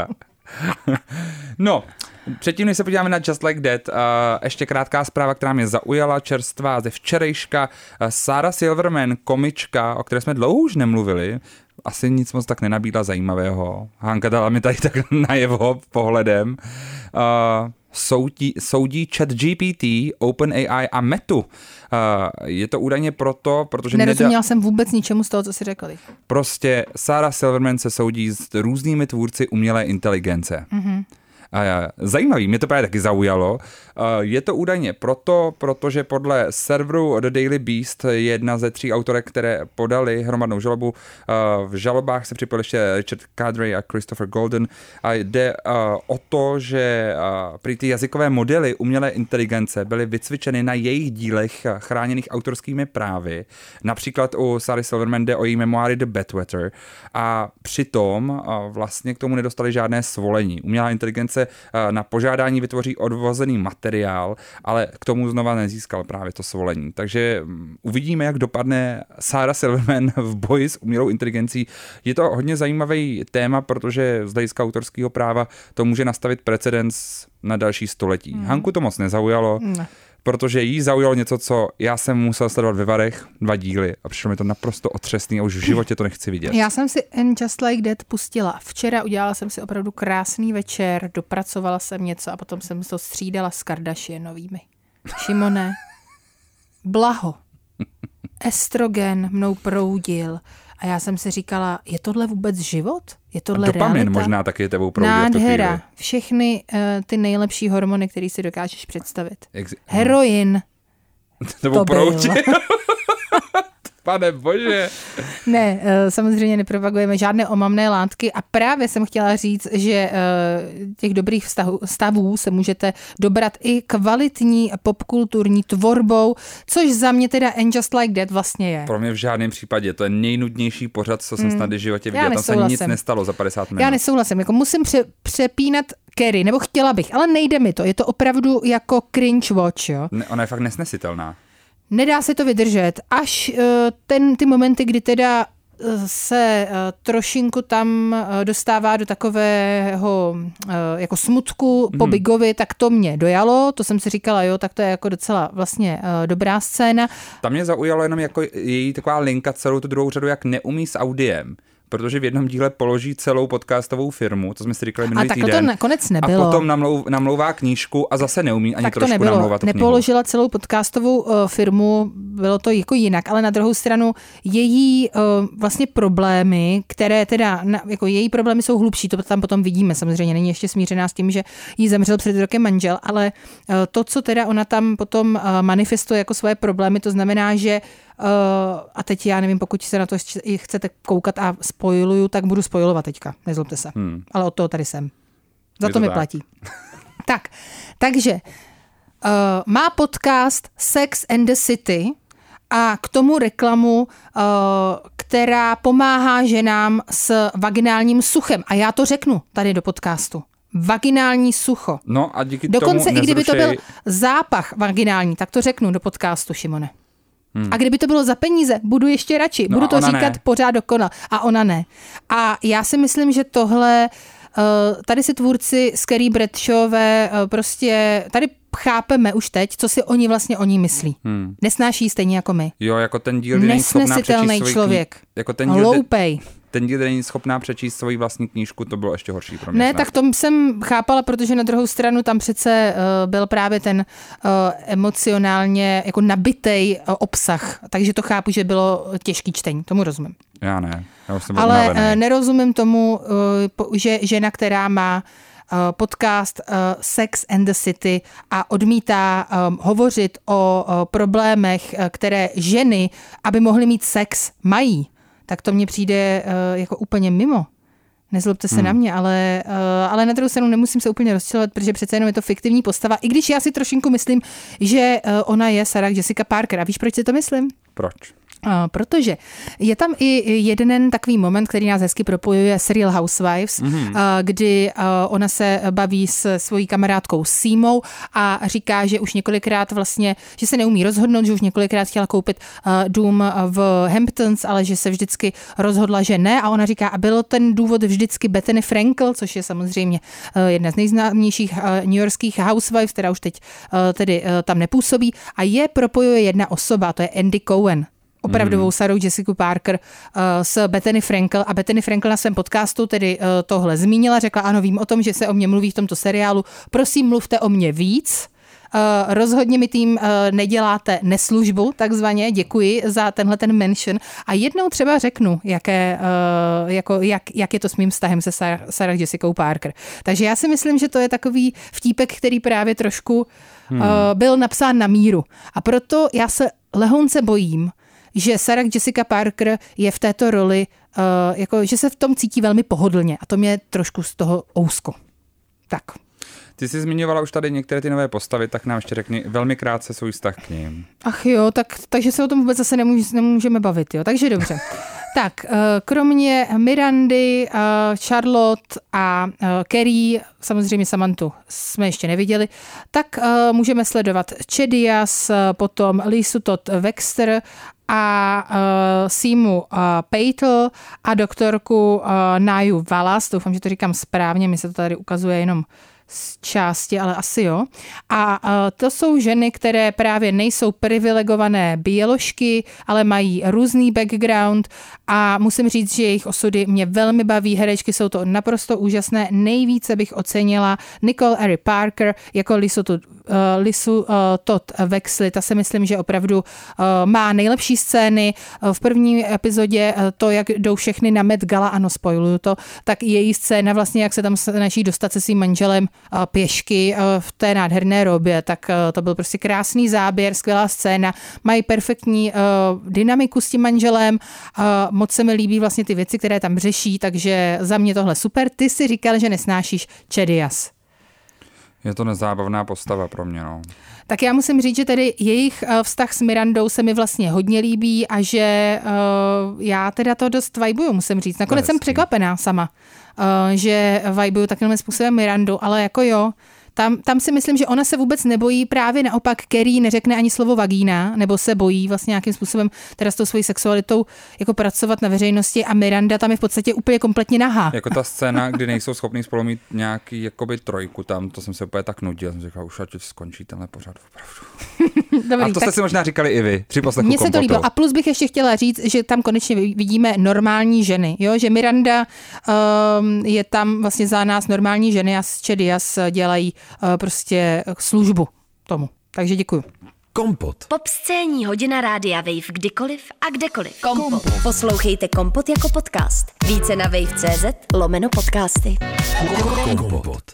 No, předtím, než se podíváme na Just Like That, uh, ještě krátká zpráva, která mě zaujala, čerstvá ze včerejška. Uh, Sarah Silverman, komička, o které jsme dlouho už nemluvili, asi nic moc tak nenabídla zajímavého. Hanka dala mi tady tak najevo pohledem. Uh, soudí, soudí ChatGPT, OpenAI a Metu. Uh, je to údajně proto, protože... Nerozuměla nedá... jsem vůbec ničemu z toho, co si řekli. Prostě Sarah Silverman se soudí s různými tvůrci umělé inteligence. Mm-hmm. Zajímavý, mě to právě taky zaujalo. Je to údajně proto, protože podle serveru The Daily Beast je jedna ze tří autorek, které podali hromadnou žalobu. V žalobách se připojil ještě Richard Kadrey a Christopher Golden a jde o to, že prý ty jazykové modely umělé inteligence byly vycvičeny na jejich dílech chráněných autorskými právy. Například u Sary Silverman jde o její memoáry The Bedwetter a přitom vlastně k tomu nedostali žádné svolení. Umělá inteligence na požádání vytvoří odvozený materiál, ale k tomu znova nezískal právě to svolení. Takže uvidíme, jak dopadne Sarah Silverman v boji s umělou inteligencí. Je to hodně zajímavý téma, protože z hlediska autorského práva to může nastavit precedens na další století. Hmm. Hanku to moc nezaujalo, hmm. protože jí zaujalo něco, co já jsem musel sledovat ve Varech, dva díly a přišlo mi to naprosto otřesný a už v životě to nechci vidět. Já jsem si And Just Like That pustila. Včera udělala jsem si opravdu krásný večer, dopracovala jsem něco a potom jsem to střídala s Kardashianovými. Šimone, blaho. Estrogen mnou proudil a já jsem si říkala, je tohle vůbec život? Je tohle dopamin realita? Možná taky tebou proudil. Nádhera. Všechny uh, ty nejlepší hormony, které si dokážeš představit. Ex- Heroin. To byl. Pane bože. Ne, samozřejmě nepropagujeme žádné omamné látky a právě jsem chtěla říct, že těch dobrých vztahů, stavů se můžete dobrat i kvalitní popkulturní tvorbou, což za mě teda And Just Like That vlastně je. Pro mě v žádném případě. To je nejnudnější pořad, co jsem hmm. snad v životě viděl. Tam se nic nestalo za padesát minut. Já nesouhlasím. Jako musím pře- přepínat Carrie, nebo chtěla bych, ale nejde mi to. Je to opravdu jako cringe watch, jo. Ne, ona je fakt nesnesitelná. Nedá se to vydržet. Až uh, ten, ty momenty, kdy teda uh, se uh, trošinku tam uh, dostává do takového uh, jako smutku po hmm. Bigovi, tak to mě dojalo. To jsem si říkala, jo, tak to je jako docela vlastně uh, dobrá scéna. Tam mě zaujalo jenom jako její taková linka celou tu druhou řadu, jak neumí s audiem. Protože v jednom díle položí celou podcastovou firmu, to jsme si říkali minulý týden. A tak to nakonec nebylo. A potom namlou, namlouvá knížku a zase neumí ani tak trošku nebylo. namlouvat tu knihu. Nepoložila celou podcastovou uh, firmu, bylo to jako jinak, ale na druhou stranu její uh, vlastně problémy, které teda, na, jako její problémy jsou hlubší, to tam potom vidíme, samozřejmě není ještě smířená s tím, že jí zemřel před rokem manžel, ale uh, to, co teda ona tam potom uh, manifestuje jako svoje problémy, to znamená, že Uh, a teď já nevím, pokud se na to chcete koukat a spoiluju, tak budu spoilovat teďka, nezlobte se. Hmm. Ale od toho tady jsem. Za to, to mi tak. platí. tak, takže uh, má podcast Sex and the City a k tomu reklamu, uh, která pomáhá ženám s vaginálním suchem. A já to řeknu tady do podcastu. Vaginální sucho. No a díky Dokonce tomu i kdyby nezrušej... to byl zápach vaginální, tak to řeknu do podcastu, Šimone. Hmm. A kdyby to bylo za peníze, budu ještě radši. No budu to říkat ne. pořád dokonal. A ona ne. A já si myslím, že tohle, tady si tvůrci z Carrie Bradshawové prostě, tady chápeme už teď, co si oni vlastně o ní myslí. Hmm. Nesnáší stejně jako my. Jo, jako ten díl, kdy není schopná přečíst člověk. Kni- jako ten díl, Loupej. Ten díl, kdy není schopná přečíst svoji vlastní knížku, to bylo ještě horší pro mě. Ne, snad. tak to jsem chápala, protože na druhou stranu tam přece uh, byl právě ten uh, emocionálně jako nabitej uh, obsah, takže to chápu, že bylo těžký čtení, tomu rozumím. Já ne, já už jsem byl Ale unavený. uh, nerozumím tomu, uh, že žena, která má uh, podcast uh, Sex and the City a odmítá um, hovořit o uh, problémech, uh, které ženy, aby mohly mít sex, mají, tak to mně přijde uh, jako úplně mimo. Nezlobte se hmm. na mě, ale, uh, ale na druhou stranu nemusím se úplně rozčilovat, protože přece jenom je to fiktivní postava. I když já si trošinku myslím, že uh, ona je Sarah Jessica Parker. A víš, proč si to myslím? Proč? Protože je tam i jeden takový moment, který nás hezky propojuje s Real Housewives, mm-hmm. kdy ona se baví s svojí kamarádkou Seamou a říká, že už několikrát vlastně, že se neumí rozhodnout, že už několikrát chtěla koupit dům v Hamptons, ale že se vždycky rozhodla, že ne, a ona říká, a bylo ten důvod vždycky Bethany Frankel, což je samozřejmě jedna z nejznámějších newyorských housewives, která už teď tedy tam nepůsobí, a je propojuje jedna osoba, to je Andy Cohen, opravdovou Sarou Jessica Parker uh, s Bethany Frankel, a Bethany Frankel na svém podcastu tedy uh, tohle zmínila, řekla, ano, vím o tom, že se o mě mluví v tomto seriálu, prosím, mluvte o mě víc. Uh, rozhodně mi tím uh, neděláte neslužbu, takzvaně, děkuji za tenhle ten mention, a jednou třeba řeknu, jaké, uh, jako, jak, jak je to s mým vztahem se Sarah, Sarah Jessica Parker. Takže já si myslím, že to je takový vtípek, který právě trošku hmm. uh, byl napsán na míru, a proto já se lehonce bojím, že Sarah Jessica Parker je v této roli, uh, jako, že se v tom cítí velmi pohodlně, a to mě trošku z toho ousko. Tak. Ty jsi zmiňovala už tady některé ty nové postavy, tak nám ještě řekni velmi krátce svůj vztah k ním. Ach jo, tak, takže se o tom vůbec zase nemůž, nemůžeme bavit, jo, takže dobře. Tak, kromě Mirandy, Charlotte a Carrie, samozřejmě Samanthu jsme ještě neviděli, tak můžeme sledovat Che Diaz, potom Lisu Todd Wexter a uh, Seamu uh, Peitel a doktorku uh, Naju Wallace, doufám, že to říkám správně, mi se to tady ukazuje jenom z části, ale asi jo. A uh, to jsou ženy, které právě nejsou privilegované bioložky, ale mají různý background, a musím říct, že jejich osudy mě velmi baví. Herečky jsou to naprosto úžasné. Nejvíce bych ocenila Nicole Ari Parker jako Lisu, uh, Lisu uh, Todd Wexley. Ta si myslím, že opravdu uh, má nejlepší scény. Uh, v první epizodě uh, to, jak jdou všechny na Met Gala, ano, spoiluju to, tak její scéna vlastně, jak se tam snaží dostat se svým manželem uh, pěšky uh, v té nádherné robě, tak uh, to byl prostě krásný záběr, skvělá scéna. Mají perfektní uh, dynamiku s tím manželem, uh, moc se mi líbí vlastně ty věci, které tam řeší, takže za mě tohle super. Ty si říkal, že nesnášíš Che Diaz. Je to nezábavná postava pro mě, no. Tak já musím říct, že tedy jejich vztah s Mirandou se mi vlastně hodně líbí a že uh, já teda to dost vajbuju, musím říct. Nakonec jsem překvapená sama, uh, že vajbuju takovým způsobem Mirandu, ale jako jo, Tam, tam si myslím, že ona se vůbec nebojí, právě naopak Carrie neřekne ani slovo vagína, nebo se bojí vlastně nějakým způsobem teda s tou svojí sexualitou jako pracovat na veřejnosti, a Miranda tam je v podstatě úplně kompletně nahá. Jako ta scéna, kdy nejsou schopní spolu mít nějaký jakoby trojku tam, to jsem se úplně tak nudil, jsem říkal, už ať skončí tenhle pořad opravdu. Dobrý, a to jste si možná říkali i vy při poslechu Mně se to líbilo. A plus bych ještě chtěla říct, že tam konečně vidíme normální ženy, jo? Že Miranda um, je tam vlastně za nás normální ženy a s Che Diaz dělají uh, prostě službu tomu. Takže děkuju. Kompot. Popscénní hodina rádia Wave kdykoliv a kdekoliv. Kompot. Poslouchejte Kompot jako podcast. Více na wave tečka cz lomeno podcasty. Kompot.